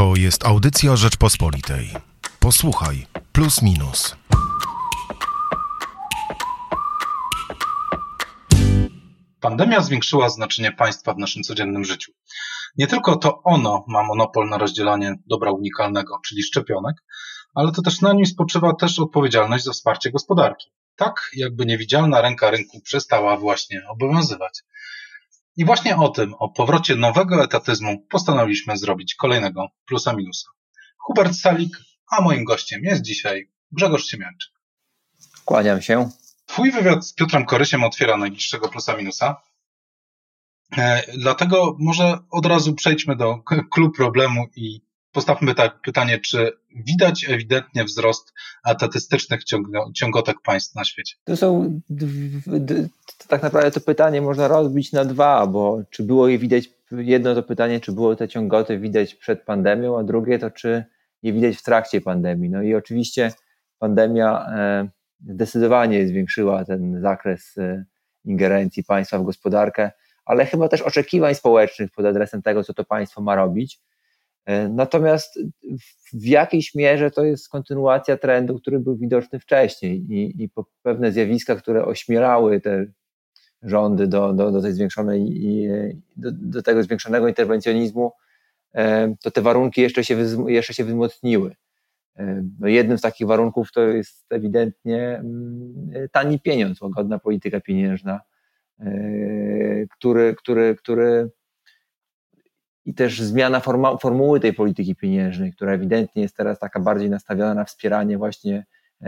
To jest audycja Rzeczpospolitej. Posłuchaj, plus minus. Pandemia zwiększyła znaczenie państwa w naszym codziennym życiu. Nie tylko to ono ma monopol na rozdzielanie dobra unikalnego, czyli szczepionek, ale to też na nim spoczywa też odpowiedzialność za wsparcie gospodarki. Tak jakby niewidzialna ręka rynku przestała właśnie obowiązywać. I właśnie o tym, o powrocie nowego etatyzmu postanowiliśmy zrobić kolejnego plusa minusa. Hubert Salik, a moim gościem jest dzisiaj Grzegorz Siemianczyk. Kłaniam się. Twój wywiad z Piotrem Korysiem otwiera najbliższego plusa minusa. Dlatego może od razu przejdźmy do clou problemu i postawmy pytanie, czy widać ewidentnie wzrost etatystycznych ciągotek państw na świecie? To są tak naprawdę to pytanie można rozbić na dwa, bo czy było je widać, jedno to pytanie, czy było te ciągoty widać przed pandemią, a drugie to czy je widać w trakcie pandemii. No i oczywiście pandemia zdecydowanie zwiększyła ten zakres ingerencji państwa w gospodarkę, ale chyba też oczekiwań społecznych pod adresem tego, co to państwo ma robić. Natomiast w jakiejś mierze to jest kontynuacja trendu, który był widoczny wcześniej i pewne zjawiska, które ośmielały te rządy do tej zwiększonej, do tego zwiększonego interwencjonizmu, to te warunki jeszcze się wzmocniły. No jednym z takich warunków to jest ewidentnie tani pieniądz, łagodna polityka pieniężna, który i też zmiana formuły tej polityki pieniężnej, która ewidentnie jest teraz taka bardziej nastawiona na wspieranie właśnie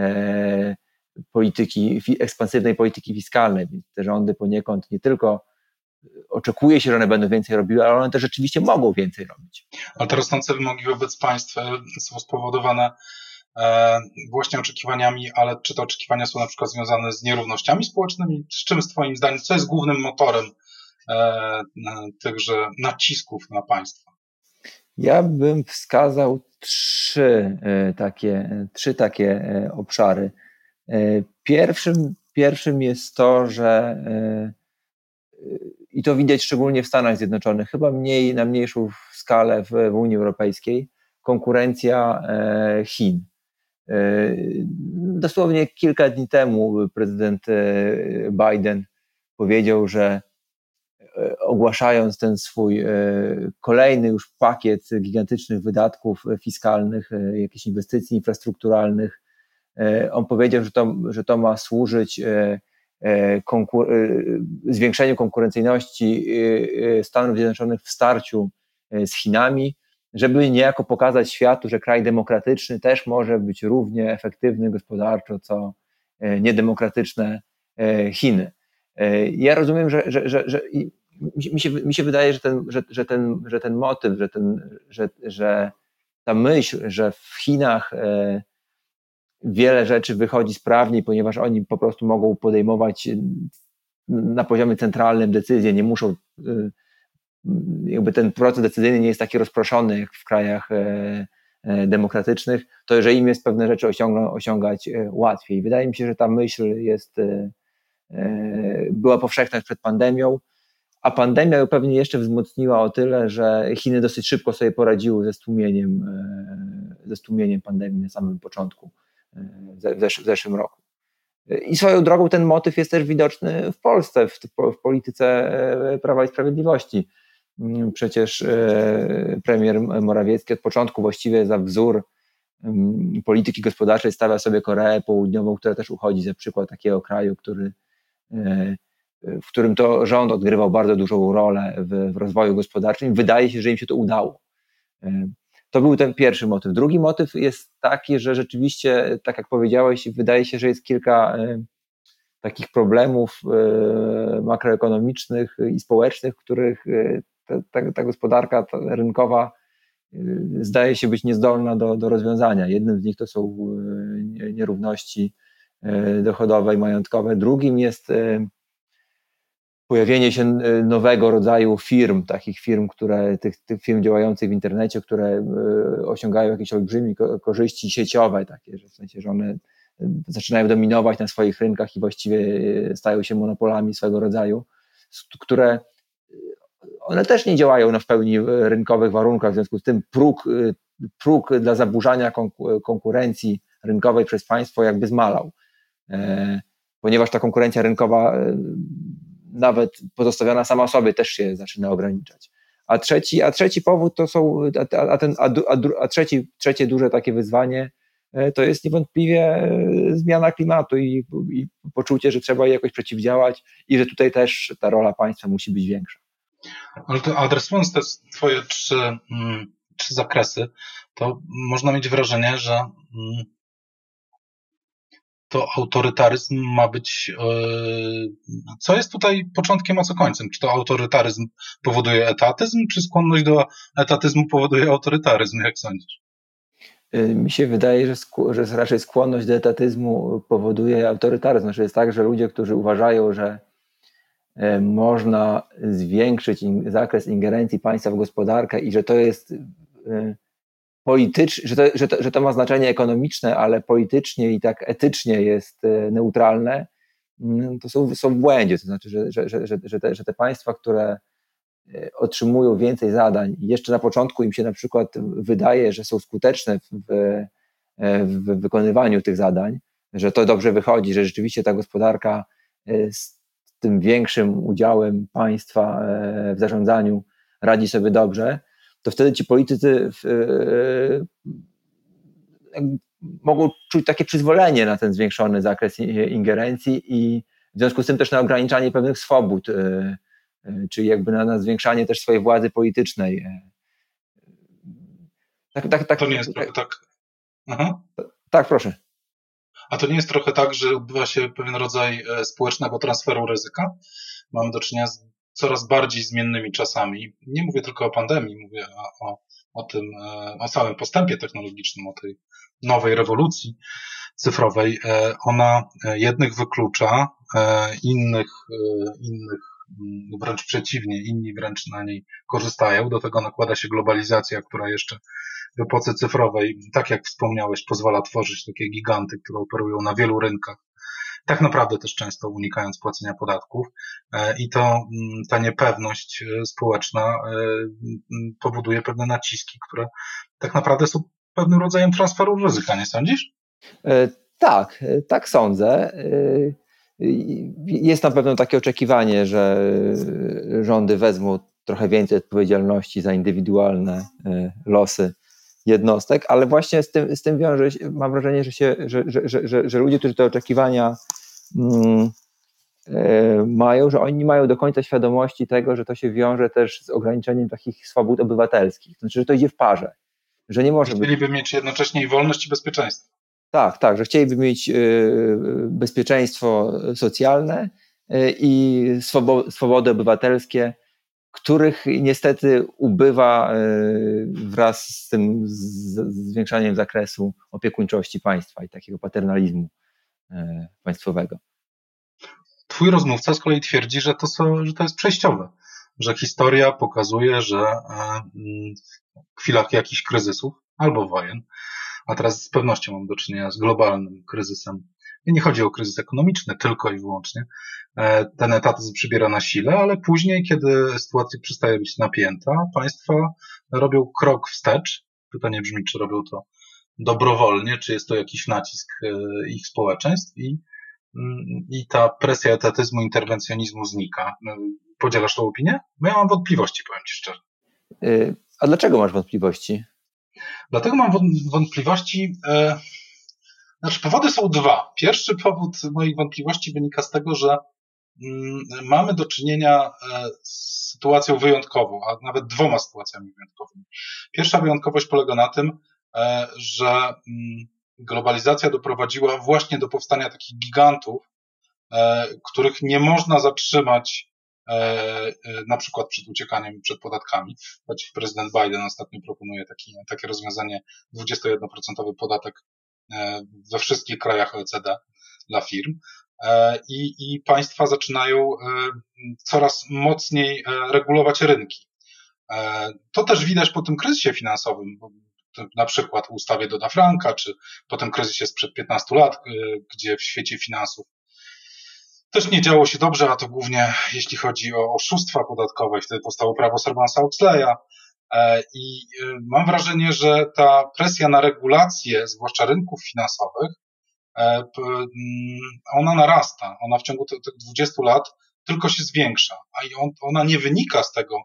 ekspansywnej polityki fiskalnej, więc te rządy poniekąd nie tylko oczekuje się, że one będą więcej robiły, ale one też rzeczywiście mogą więcej robić. Ale te rosnące wymogi wobec państw są spowodowane właśnie oczekiwaniami, ale czy te oczekiwania są na przykład związane z nierównościami społecznymi? Z czym twoim zdaniem, co jest głównym motorem tychże nacisków na państwo? Ja bym wskazał trzy takie obszary. Pierwszym jest to, że i to widać szczególnie w Stanach Zjednoczonych, chyba na mniejszą skalę w Unii Europejskiej, konkurencja Chin. Dosłownie kilka dni temu prezydent Biden powiedział, że ogłaszając ten swój kolejny już pakiet gigantycznych wydatków fiskalnych, jakichś inwestycji infrastrukturalnych, on powiedział, że to ma służyć zwiększeniu konkurencyjności Stanów Zjednoczonych w starciu z Chinami, żeby niejako pokazać światu, że kraj demokratyczny też może być równie efektywny gospodarczo, co niedemokratyczne Chiny. Ja rozumiem, że mi się wydaje, że ten motyw, że ta myśl, że w Chinach wiele rzeczy wychodzi sprawniej, ponieważ oni po prostu mogą podejmować na poziomie centralnym decyzje, nie muszą, jakby ten proces decyzyjny nie jest taki rozproszony jak w krajach demokratycznych, to że im jest pewne rzeczy osiągać łatwiej. Wydaje mi się, że ta myśl była powszechna przed pandemią, a pandemia ją pewnie jeszcze wzmocniła o tyle, że Chiny dosyć szybko sobie poradziły ze stłumieniem pandemii na samym początku, w zeszłym roku. I swoją drogą ten motyw jest też widoczny w Polsce, w polityce Prawa i Sprawiedliwości. Przecież premier Morawiecki od początku właściwie za wzór polityki gospodarczej stawia sobie Koreę Południową, która też uchodzi za przykład takiego kraju, w którym to rząd odgrywał bardzo dużą rolę w rozwoju gospodarczym. Wydaje się, że im się to udało. To był ten pierwszy motyw. Drugi motyw jest taki, że rzeczywiście, tak jak powiedziałeś, wydaje się, że jest kilka takich problemów makroekonomicznych i społecznych, w których ta gospodarka rynkowa zdaje się być niezdolna do rozwiązania. Jednym z nich to są nierówności dochodowe i majątkowe. Drugim jest pojawienie się nowego rodzaju firm, takich firm, tych firm działających w internecie, które osiągają jakieś olbrzymie korzyści sieciowe, takie, że w sensie, że one zaczynają dominować na swoich rynkach i właściwie stają się monopolami swego rodzaju, które one też nie działają na w pełni rynkowych warunkach, w związku z tym próg próg dla zaburzania konkurencji rynkowej przez państwo jakby zmalał, ponieważ ta konkurencja rynkowa nawet pozostawiona sama sobie też się zaczyna ograniczać. A trzeci powód to są, trzecie duże takie wyzwanie to jest niewątpliwie zmiana klimatu i poczucie, że trzeba jej jakoś przeciwdziałać i że tutaj też ta rola państwa musi być większa. Ale to adresując te twoje trzy zakresy, to można mieć wrażenie, że to autorytaryzm ma być... Co jest tutaj początkiem, a co końcem? Czy to autorytaryzm powoduje etatyzm, czy skłonność do etatyzmu powoduje autorytaryzm, jak sądzisz? Mi się wydaje, że raczej skłonność do etatyzmu powoduje autorytaryzm. Znaczy jest tak, że ludzie, którzy uważają, że można zwiększyć zakres ingerencji państwa w gospodarkę i że to jest że to ma znaczenie ekonomiczne, ale politycznie i tak etycznie jest neutralne, to są w błędzie. To znaczy, że te państwa, które otrzymują więcej zadań i jeszcze na początku im się na przykład wydaje, że są skuteczne w wykonywaniu tych zadań, że to dobrze wychodzi, że rzeczywiście ta gospodarka z tym większym udziałem państwa w zarządzaniu radzi sobie dobrze, to wtedy ci politycy mogą czuć takie przyzwolenie na ten zwiększony zakres ingerencji i w związku z tym też na ograniczanie pewnych swobód, czyli jakby na zwiększanie też swojej władzy politycznej. To nie jest trochę tak? Aha. Tak, proszę. A to nie jest trochę tak, że odbywa się pewien rodzaj społecznego transferu ryzyka? Mamy do czynienia z coraz bardziej zmiennymi czasami. Nie mówię tylko o pandemii, mówię o całym postępie technologicznym, o tej nowej rewolucji cyfrowej. Ona jednych wyklucza, innych wręcz przeciwnie, inni wręcz na niej korzystają. Do tego nakłada się globalizacja, która jeszcze w epoce cyfrowej, tak jak wspomniałeś, pozwala tworzyć takie giganty, które operują na wielu rynkach, tak naprawdę też często unikając płacenia podatków, i ta niepewność społeczna powoduje pewne naciski, które tak naprawdę są pewnym rodzajem transferu ryzyka, nie sądzisz? Tak sądzę. Jest na pewno takie oczekiwanie, że rządy wezmą trochę więcej odpowiedzialności za indywidualne losy jednostek, ale właśnie z tym wiąże się, mam wrażenie, że ludzie, którzy te oczekiwania mają, że oni nie mają do końca świadomości tego, że to się wiąże też z ograniczeniem takich swobód obywatelskich. Znaczy, że to idzie w parze. Że nie może Chcieliby mieć jednocześnie i wolność, i bezpieczeństwo. Tak, że chcieliby mieć bezpieczeństwo socjalne i swobody obywatelskie, których niestety ubywa wraz z tym zwiększaniem zakresu opiekuńczości państwa i takiego paternalizmu państwowego. Twój rozmówca z kolei twierdzi, że to jest przejściowe, że historia pokazuje, że w chwilach jakichś kryzysów albo wojen, a teraz z pewnością mam do czynienia z globalnym kryzysem, i nie chodzi o kryzys ekonomiczny tylko i wyłącznie, ten etatyzm przybiera na sile, ale później, kiedy sytuacja przestaje być napięta, państwa robią krok wstecz. Pytanie brzmi, czy robią to dobrowolnie, czy jest to jakiś nacisk ich społeczeństw i ta presja etatyzmu, interwencjonizmu znika. Podzielasz tą opinię? Bo ja mam wątpliwości, powiem ci szczerze. A dlaczego masz wątpliwości? Dlatego mam wątpliwości, znaczy powody są dwa. Pierwszy powód moich wątpliwości wynika z tego, że mamy do czynienia z sytuacją wyjątkową, a nawet dwoma sytuacjami wyjątkowymi. Pierwsza wyjątkowość polega na tym, że globalizacja doprowadziła właśnie do powstania takich gigantów, których nie można zatrzymać na przykład przed uciekaniem przed podatkami, choć prezydent Biden ostatnio proponuje takie rozwiązanie 21% podatek we wszystkich krajach OECD dla firm i państwa zaczynają coraz mocniej regulować rynki. To też widać po tym kryzysie finansowym, na przykład w ustawie Dodd-Franka, czy po tym kryzysie sprzed 15 lat, gdzie w świecie finansów też nie działo się dobrze, a to głównie jeśli chodzi o oszustwa podatkowe. Wtedy powstało prawo Sarbansa-Oxleya, I mam wrażenie, że ta presja na regulację, zwłaszcza rynków finansowych, ona narasta. Ona w ciągu tych 20 lat tylko się zwiększa, a ona nie wynika z tego,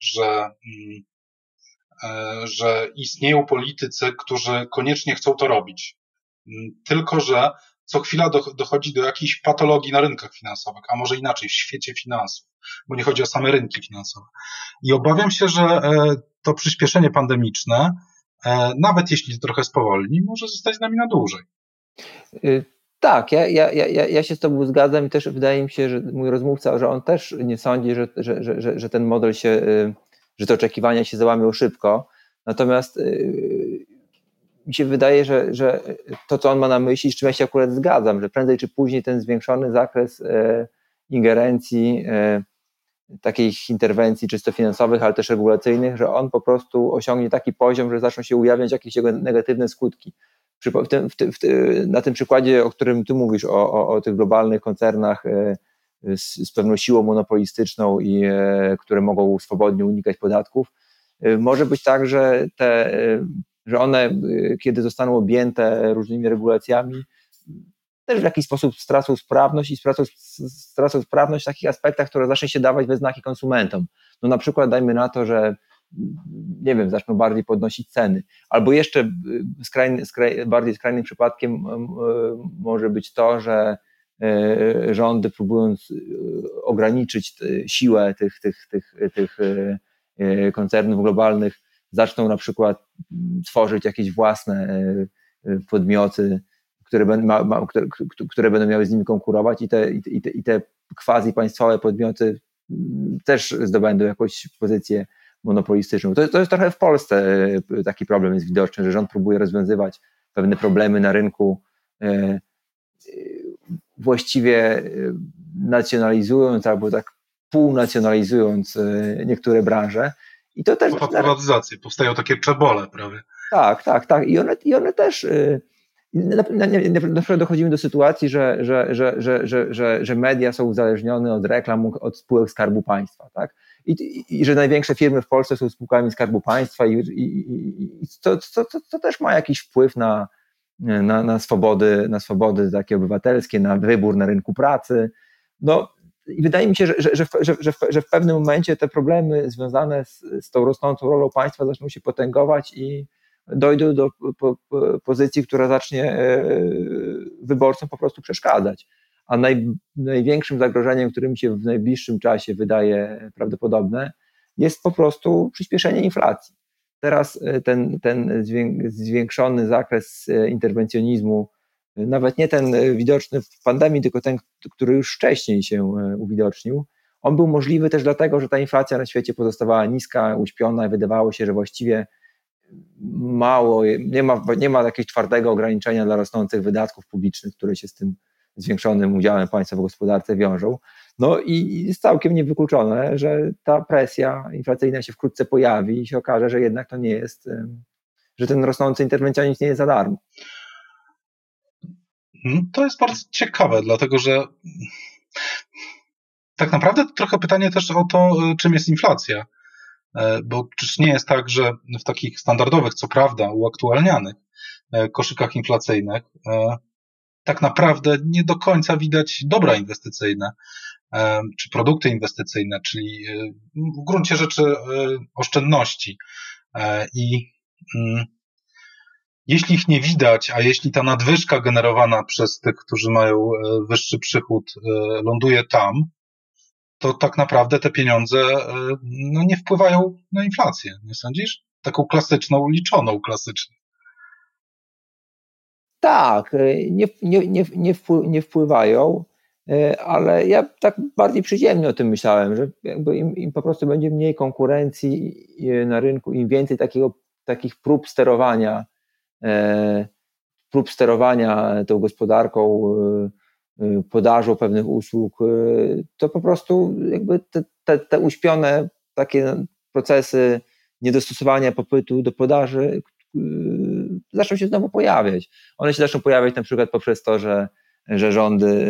że istnieją politycy, którzy koniecznie chcą to robić. Tylko że co chwila dochodzi do jakichś patologii na rynkach finansowych, a może inaczej, w świecie finansów, bo nie chodzi o same rynki finansowe. I obawiam się, że to przyspieszenie pandemiczne, nawet jeśli trochę spowolni, może zostać z nami na dłużej. Tak, ja się z tobą zgadzam i też wydaje mi się, że mój rozmówca, że on też nie sądzi, że ten model się, że te oczekiwania się załamią szybko. Natomiast mi się wydaje, że to, co on ma na myśli, z czym ja się akurat zgadzam, że prędzej czy później ten zwiększony zakres ingerencji, takich interwencji czysto finansowych, ale też regulacyjnych, że on po prostu osiągnie taki poziom, że zaczną się ujawniać jakieś jego negatywne skutki. Na tym przykładzie, o którym ty mówisz, o tych globalnych koncernach z pewną siłą monopolistyczną i które mogą swobodnie unikać podatków, może być tak, że one, kiedy zostaną objęte różnymi regulacjami, też w jakiś sposób stracą sprawność i stracą sprawność w takich aspektach, które zacznie się dawać we znaki konsumentom. No na przykład dajmy na to, że nie wiem, zaczną bardziej podnosić ceny. Albo jeszcze bardziej skrajnym przypadkiem może być to, że rządy, próbując ograniczyć siłę tych koncernów globalnych, zaczną na przykład tworzyć jakieś własne podmioty, które będą miały z nimi konkurować i te quasi-państwowe podmioty też zdobędą jakąś pozycję monopolistyczną. To jest trochę w Polsce taki problem jest widoczny, że rząd próbuje rozwiązywać pewne problemy na rynku właściwie nacjonalizując albo tak półnacjonalizując niektóre branże. I to też prywatyzacje, powstają takie czebole prawie. Tak. I one też na przykład dochodzimy do sytuacji, że media są uzależnione od reklam, od spółek Skarbu Państwa, tak? I że największe firmy w Polsce są spółkami Skarbu Państwa i to też ma jakiś wpływ na swobody takie obywatelskie, na wybór na rynku pracy. No i wydaje mi się, że w pewnym momencie te problemy związane z tą rosnącą rolą państwa zaczną się potęgować i dojdą do pozycji, która zacznie wyborcom po prostu przeszkadzać. A największym zagrożeniem, które mi się w najbliższym czasie wydaje prawdopodobne, jest po prostu przyspieszenie inflacji. Teraz ten zwiększony zakres interwencjonizmu, nawet nie ten widoczny w pandemii, tylko ten, który już wcześniej się uwidocznił, on był możliwy też dlatego, że ta inflacja na świecie pozostawała niska, uśpiona i wydawało się, że właściwie mało, nie ma jakiegoś twardego ograniczenia dla rosnących wydatków publicznych, które się z tym zwiększonym udziałem państwa w gospodarce wiążą. No i jest całkiem niewykluczone, że ta presja inflacyjna się wkrótce pojawi i się okaże, że jednak to nie jest, że ten rosnący interwencjonizm nie jest za darmo. To jest bardzo ciekawe, dlatego że tak naprawdę to trochę pytanie też o to, czym jest inflacja. Bo czyż nie jest tak, że w takich standardowych, co prawda uaktualnianych koszykach inflacyjnych tak naprawdę nie do końca widać dobra inwestycyjne czy produkty inwestycyjne, czyli w gruncie rzeczy oszczędności. I jeśli ich nie widać, a jeśli ta nadwyżka generowana przez tych, którzy mają wyższy przychód, ląduje tam, to tak naprawdę te pieniądze nie wpływają na inflację, nie sądzisz? Taką klasyczną, liczoną klasycznie. Tak, nie wpływają, ale ja tak bardziej przyziemnie o tym myślałem, że jakby im po prostu będzie mniej konkurencji na rynku, im więcej takich prób sterowania tą gospodarką, podażą pewnych usług, to po prostu jakby te uśpione takie procesy niedostosowania popytu do podaży zaczną się znowu pojawiać. One się zaczną pojawiać na przykład poprzez to, że rządy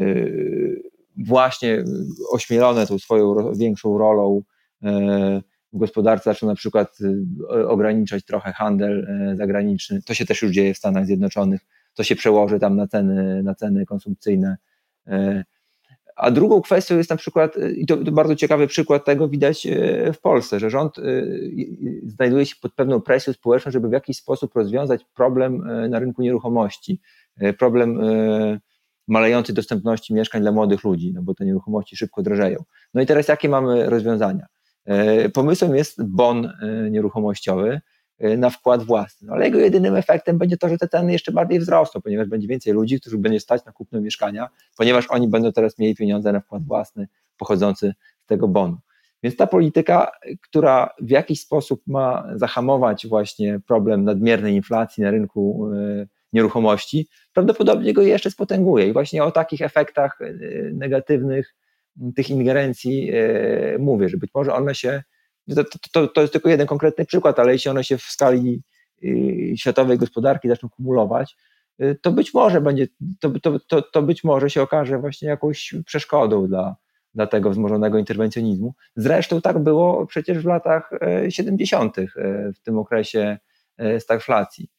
właśnie ośmielone tą swoją większą rolą w gospodarce zaczną na przykład ograniczać trochę handel zagraniczny. To się też już dzieje w Stanach Zjednoczonych. To się przełoży tam na ceny konsumpcyjne. A drugą kwestią jest na przykład, i to bardzo ciekawy przykład tego widać w Polsce, że rząd znajduje się pod pewną presją społeczną, żeby w jakiś sposób rozwiązać problem na rynku nieruchomości, problem malejącej dostępności mieszkań dla młodych ludzi, no bo te nieruchomości szybko drożeją. No i teraz jakie mamy rozwiązania? Pomysłem jest bon nieruchomościowy na wkład własny, ale jego jedynym efektem będzie to, że te ceny jeszcze bardziej wzrosną, ponieważ będzie więcej ludzi, których będzie stać na kupno mieszkania, ponieważ oni będą teraz mieli pieniądze na wkład własny pochodzący z tego bonu. Więc ta polityka, która w jakiś sposób ma zahamować właśnie problem nadmiernej inflacji na rynku nieruchomości, prawdopodobnie go jeszcze spotęguje. I właśnie o takich efektach negatywnych tych ingerencji mówię, że być może one się, to jest tylko jeden konkretny przykład, ale jeśli one się w skali światowej gospodarki zaczną kumulować, to być może będzie, to być może się okaże właśnie jakąś przeszkodą dla tego wzmożonego interwencjonizmu. Zresztą tak było przecież w latach 70. w tym okresie stagflacji.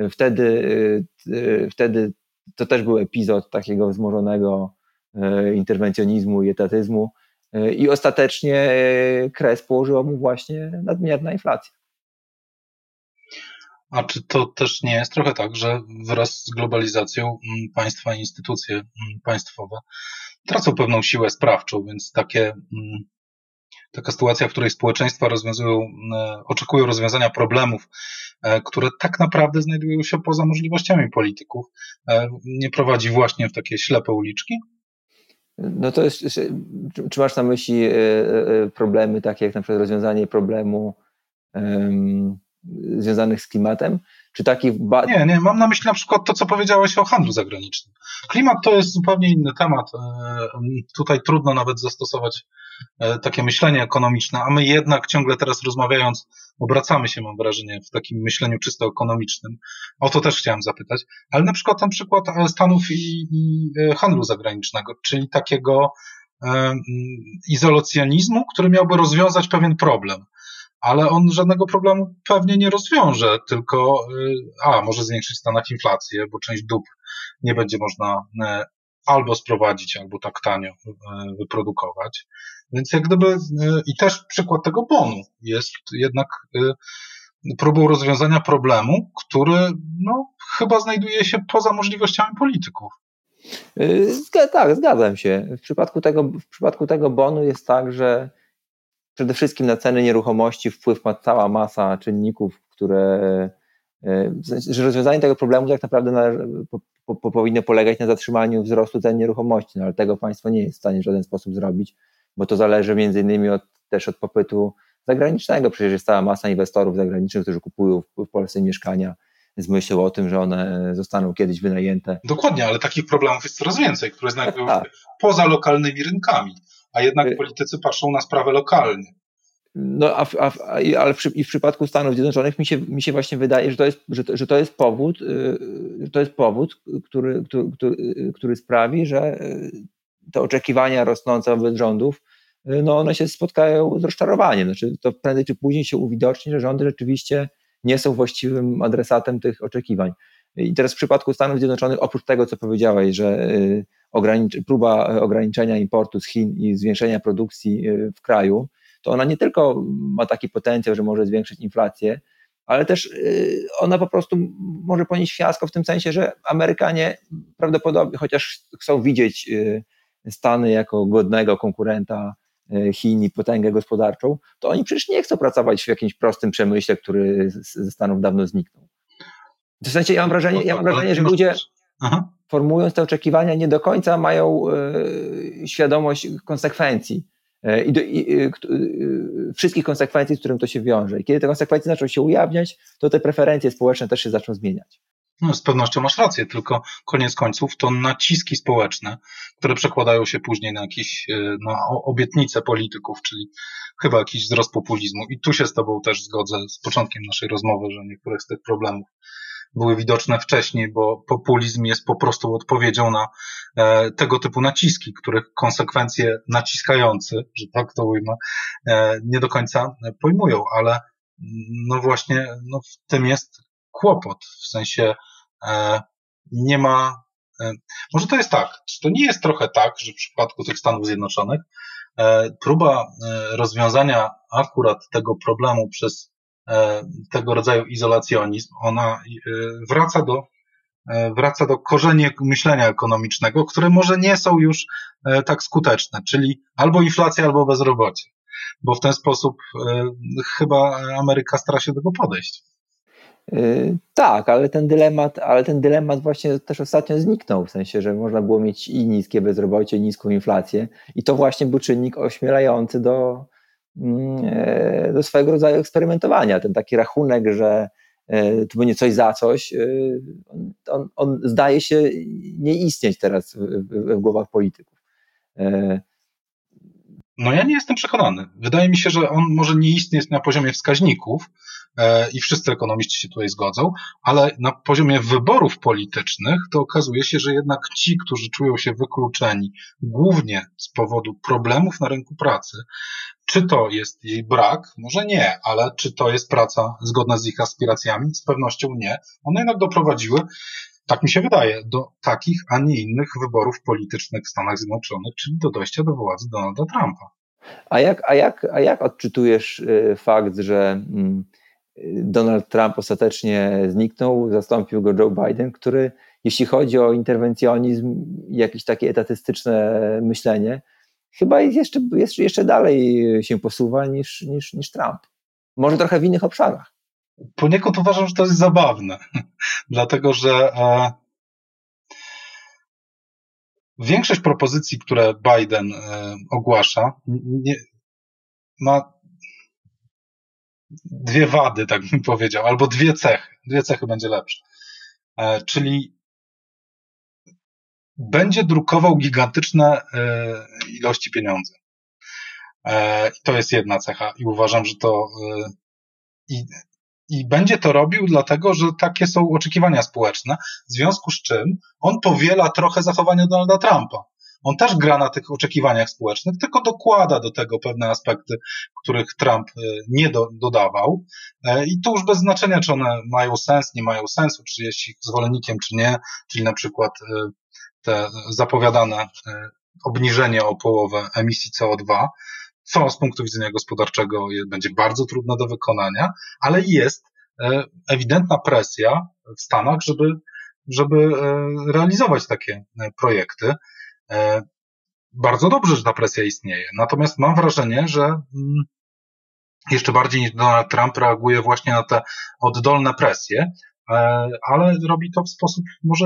Wtedy to też był epizod takiego wzmożonego interwencjonizmu i etatyzmu i ostatecznie kres położyła mu właśnie nadmierna inflacja. A czy to też nie jest trochę tak, że wraz z globalizacją państwa i instytucje państwowe tracą pewną siłę sprawczą, więc taka sytuacja, w której społeczeństwa oczekują rozwiązania problemów, które tak naprawdę znajdują się poza możliwościami polityków, nie prowadzi właśnie w takie ślepe uliczki? No to jest, czy masz na myśli problemy takie jak na przykład rozwiązanie problemu związanych z klimatem? Czy takich Nie, mam na myśli na przykład to, co powiedziałeś o handlu zagranicznym. Klimat to jest zupełnie inny temat. Tutaj trudno nawet zastosować takie myślenie ekonomiczne, a my jednak ciągle teraz rozmawiając, obracamy się, mam wrażenie, w takim myśleniu czysto ekonomicznym. O to też chciałem zapytać. Ale na przykład ten przykład Stanów i handlu zagranicznego, czyli takiego izolacjonizmu, który miałby rozwiązać pewien problem. Ale on żadnego problemu pewnie nie rozwiąże, tylko może zwiększyć w Stanach inflację, bo część dóbr nie będzie można albo sprowadzić, albo tak tanio wyprodukować. Więc jak gdyby, i też przykład tego bonu jest jednak próbą rozwiązania problemu, który chyba znajduje się poza możliwościami polityków. Tak, zgadzam się. W przypadku tego bonu jest tak, że przede wszystkim na ceny nieruchomości wpływ ma cała masa czynników, że rozwiązanie tego problemu tak naprawdę powinno polegać na zatrzymaniu wzrostu cen nieruchomości, no ale tego państwo nie jest w stanie w żaden sposób zrobić, bo to zależy między innymi też od popytu zagranicznego. Przecież jest cała masa inwestorów zagranicznych, którzy kupują w Polsce mieszkania z myślą o tym, że one zostaną kiedyś wynajęte. Dokładnie, ale takich problemów jest coraz więcej, które znajdują się poza lokalnymi rynkami, a jednak politycy patrzą na sprawę lokalnie. No, ale w przypadku Stanów Zjednoczonych mi się właśnie wydaje, że to jest powód, który sprawi, że te oczekiwania rosnące wobec rządów, one się spotkają z rozczarowaniem. Znaczy, to prędzej czy później się uwidoczni, że rządy rzeczywiście nie są właściwym adresatem tych oczekiwań. I teraz w przypadku Stanów Zjednoczonych, oprócz tego, co powiedziałeś, że próba ograniczenia importu z Chin i zwiększenia produkcji w kraju, to ona nie tylko ma taki potencjał, że może zwiększyć inflację, ale też ona po prostu może ponieść fiasko w tym sensie, że Amerykanie prawdopodobnie, chociaż chcą widzieć Stany jako godnego konkurenta Chin i potęgę gospodarczą, to oni przecież nie chcą pracować w jakimś prostym przemyśle, który ze Stanów dawno zniknął. W sensie ja mam wrażenie, że ludzie formułując te oczekiwania nie do końca mają świadomość konsekwencji wszystkich konsekwencji, z którym to się wiąże. I kiedy te konsekwencje zaczną się ujawniać, to te preferencje społeczne też się zaczną zmieniać. No, z pewnością masz rację, tylko koniec końców to naciski społeczne, które przekładają się później na jakieś obietnice polityków, czyli chyba jakiś wzrost populizmu. I tu się z tobą też zgodzę z początkiem naszej rozmowy, że niektóre z tych problemów były widoczne wcześniej, bo populizm jest po prostu odpowiedzią na tego typu naciski, których konsekwencje naciskający, że tak to ujmę, nie do końca pojmują, ale no właśnie w tym jest kłopot, w sensie nie ma, może to jest tak, czy to nie jest trochę tak, że w przypadku tych Stanów Zjednoczonych próba rozwiązania akurat tego problemu przez tego rodzaju izolacjonizm, ona wraca do korzeni myślenia ekonomicznego, które może nie są już tak skuteczne, czyli albo inflacja, albo bezrobocie, bo w ten sposób chyba Ameryka stara się do tego podejść. Tak, ale ten dylemat właśnie też ostatnio zniknął, w sensie, że można było mieć i niskie bezrobocie, i niską inflację i to właśnie był czynnik ośmielający do swojego rodzaju eksperymentowania. Ten taki rachunek, że to będzie coś za coś, on zdaje się nie istnieć teraz w głowach polityków. No ja nie jestem przekonany. Wydaje mi się, że on może nie istnieć na poziomie wskaźników i wszyscy ekonomiści się tutaj zgodzą, ale na poziomie wyborów politycznych to okazuje się, że jednak ci, którzy czują się wykluczeni głównie z powodu problemów na rynku pracy, czy to jest jej brak? Może nie, ale czy to jest praca zgodna z ich aspiracjami? Z pewnością nie. One jednak doprowadziły, tak mi się wydaje, do takich, a nie innych wyborów politycznych w Stanach Zjednoczonych, czyli do dojścia do władzy Donalda Trumpa. A jak odczytujesz fakt, że Donald Trump ostatecznie zniknął, zastąpił go Joe Biden, który, jeśli chodzi o interwencjonizm i jakieś takie etatystyczne myślenie, chyba jeszcze dalej się posuwa niż Trump. Może trochę w innych obszarach. Poniekąd uważam, że to jest zabawne, dlatego że większość propozycji, które Biden ogłasza, ma dwie wady, tak bym powiedział, albo dwie cechy. Dwie cechy będzie lepsze. Czyli będzie drukował gigantyczne ilości pieniędzy. To jest jedna cecha i uważam, że to i będzie to robił dlatego, że takie są oczekiwania społeczne, w związku z czym on powiela trochę zachowania Donalda Trumpa. On też gra na tych oczekiwaniach społecznych, tylko dokłada do tego pewne aspekty, których Trump nie dodawał. I tu już bez znaczenia, czy one mają sens, nie mają sensu, czy jest ich zwolennikiem, czy nie, czyli na przykład te zapowiadane obniżenie o połowę emisji CO2, co z punktu widzenia gospodarczego będzie bardzo trudne do wykonania, ale jest ewidentna presja w Stanach, żeby realizować takie projekty. Bardzo dobrze, że ta presja istnieje. Natomiast mam wrażenie, że jeszcze bardziej niż Donald Trump reaguje właśnie na te oddolne presje, ale robi to w sposób może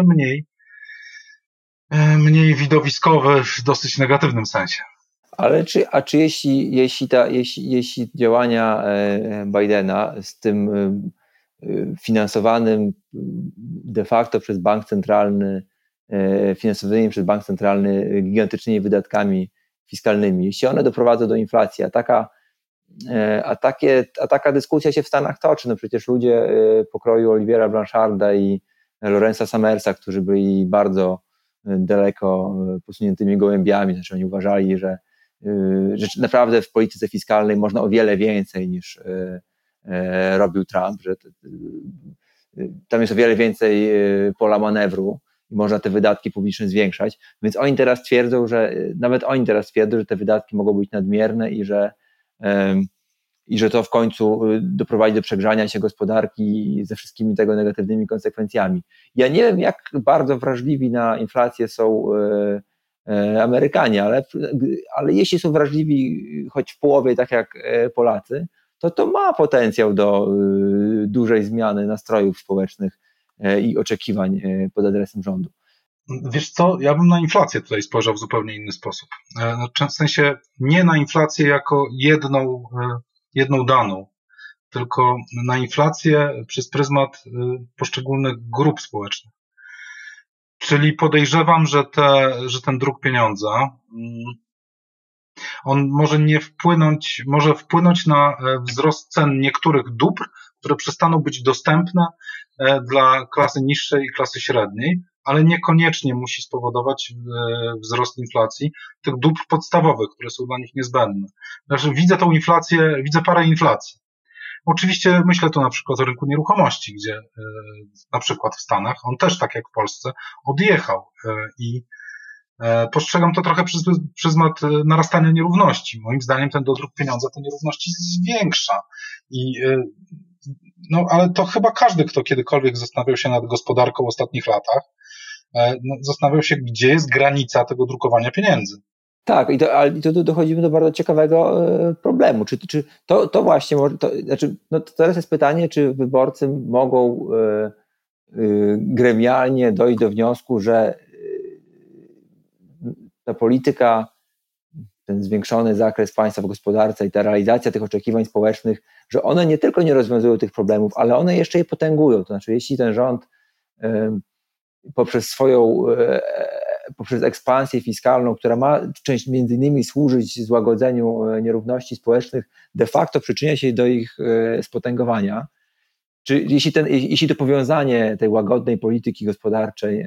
mniej widowiskowy w dosyć negatywnym sensie. Ale czy jeśli działania Bidena z tym finansowanym de facto przez bank centralny, finansowanymi przez bank centralny gigantycznymi wydatkami fiskalnymi, jeśli one doprowadzą do inflacji, a taka dyskusja się w Stanach toczy, no przecież ludzie pokroju Olivera Blancharda i Lawrence'a Summersa, którzy byli bardzo daleko posuniętymi gołębiami, znaczy oni uważali, że naprawdę w polityce fiskalnej można o wiele więcej niż robił Trump, że tam jest o wiele więcej pola manewru i można te wydatki publiczne zwiększać, więc oni teraz twierdzą, że te wydatki mogą być nadmierne i że to w końcu doprowadzi do przegrzania się gospodarki ze wszystkimi tego negatywnymi konsekwencjami. Ja nie wiem, jak bardzo wrażliwi na inflację są Amerykanie, ale jeśli są wrażliwi choć w połowie tak jak Polacy, to ma potencjał do dużej zmiany nastrojów społecznych i oczekiwań pod adresem rządu. Wiesz co, ja bym na inflację tutaj spojrzał w zupełnie inny sposób. W sensie nie na inflację jako jedną daną, tylko na inflację przez pryzmat poszczególnych grup społecznych. Czyli podejrzewam, że ten druk pieniądza, on może może wpłynąć na wzrost cen niektórych dóbr, które przestaną być dostępne dla klasy niższej i klasy średniej, ale niekoniecznie musi spowodować wzrost inflacji tych dóbr podstawowych, które są dla nich niezbędne. Znaczy, widzę tą inflację, widzę parę inflacji. Oczywiście myślę tu na przykład o rynku nieruchomości, gdzie na przykład w Stanach on też, tak jak w Polsce, odjechał i postrzegam to trochę przez pryzmat narastania nierówności. Moim zdaniem ten dodruk pieniądza te nierówności zwiększa. Ale to chyba każdy, kto kiedykolwiek zastanawiał się nad gospodarką w ostatnich latach, zastanawiał się, gdzie jest granica tego drukowania pieniędzy. Tak, i to dochodzimy do bardzo ciekawego problemu. Czy to właśnie, teraz jest pytanie, czy wyborcy mogą gremialnie dojść do wniosku, że ta polityka, ten zwiększony zakres państwa w gospodarce i ta realizacja tych oczekiwań społecznych, że one nie tylko nie rozwiązują tych problemów, ale one jeszcze je potęgują. To znaczy, jeśli ten rząd poprzez ekspansję fiskalną, która ma część między innymi służyć złagodzeniu nierówności społecznych, de facto przyczynia się do ich spotęgowania. Czy jeśli to powiązanie tej łagodnej polityki gospodarczej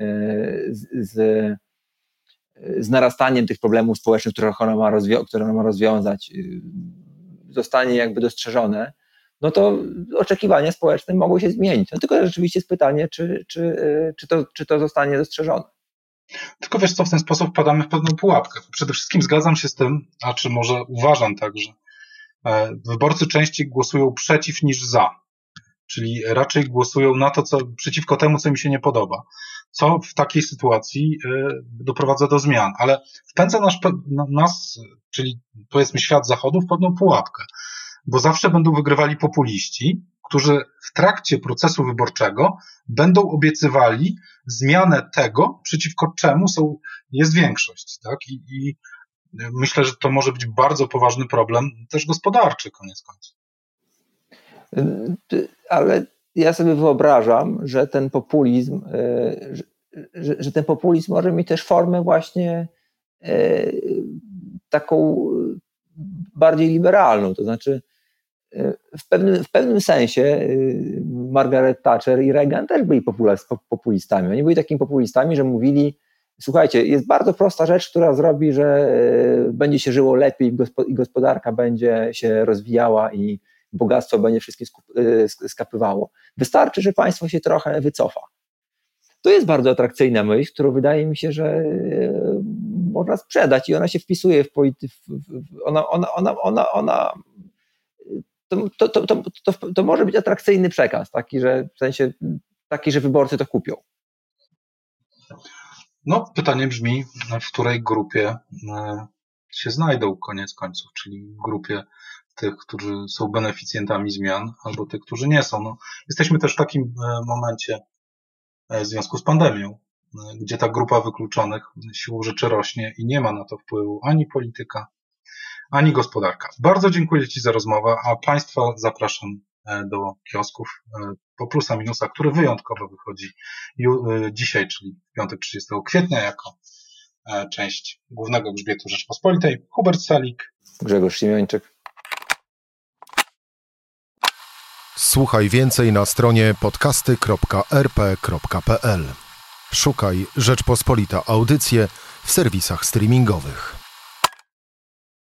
z narastaniem tych problemów społecznych, które ona ma rozwiązać, zostanie jakby dostrzeżone, no to oczekiwania społeczne mogą się zmienić. No tylko rzeczywiście jest pytanie, czy to zostanie dostrzeżone. Tylko wiesz co, w ten sposób wpadamy w pewną pułapkę. Przede wszystkim zgadzam się z tym, a czy może uważam tak, że wyborcy częściej głosują przeciw niż za. Czyli raczej głosują na to, przeciwko temu, co mi się nie podoba. Co w takiej sytuacji doprowadza do zmian. Ale wpędza nas, czyli powiedzmy świat zachodu, w pewną pułapkę. Bo zawsze będą wygrywali populiści, którzy w trakcie procesu wyborczego będą obiecywali zmianę tego, przeciwko czemu jest większość. Tak? I myślę, że to może być bardzo poważny problem, też gospodarczy, koniec końców. Ale ja sobie wyobrażam, że ten populizm, że ten populizm może mieć też formę właśnie taką bardziej liberalną. To znaczy w pewnym sensie Margaret Thatcher i Reagan też byli populistami. Oni byli takimi populistami, że mówili: słuchajcie, jest bardzo prosta rzecz, która zrobi, że będzie się żyło lepiej i gospodarka będzie się rozwijała i bogactwo będzie wszystkie skapywało. Wystarczy, że państwo się trochę wycofa. To jest bardzo atrakcyjna myśl, którą wydaje mi się, że można sprzedać i ona się wpisuje w politykę. To może być atrakcyjny przekaz, taki, że w sensie taki, że wyborcy to kupią. No, pytanie brzmi, w której grupie się znajdą koniec końców, czyli w grupie tych, którzy są beneficjentami zmian, albo tych, którzy nie są. No, jesteśmy też w takim momencie w związku z pandemią, gdzie ta grupa wykluczonych siłą rzeczy rośnie i nie ma na to wpływu ani polityka, ani gospodarka. Bardzo dziękuję Ci za rozmowę, a Państwa zapraszam do kiosków po Plusa Minusa, który wyjątkowo wychodzi dzisiaj, czyli w piątek 30 kwietnia, jako część głównego grzbietu Rzeczpospolitej. Hubert Salik, Grzegorz Siemiończyk. Słuchaj więcej na stronie podcasty.rp.pl. Szukaj Rzeczpospolita Audycje w serwisach streamingowych.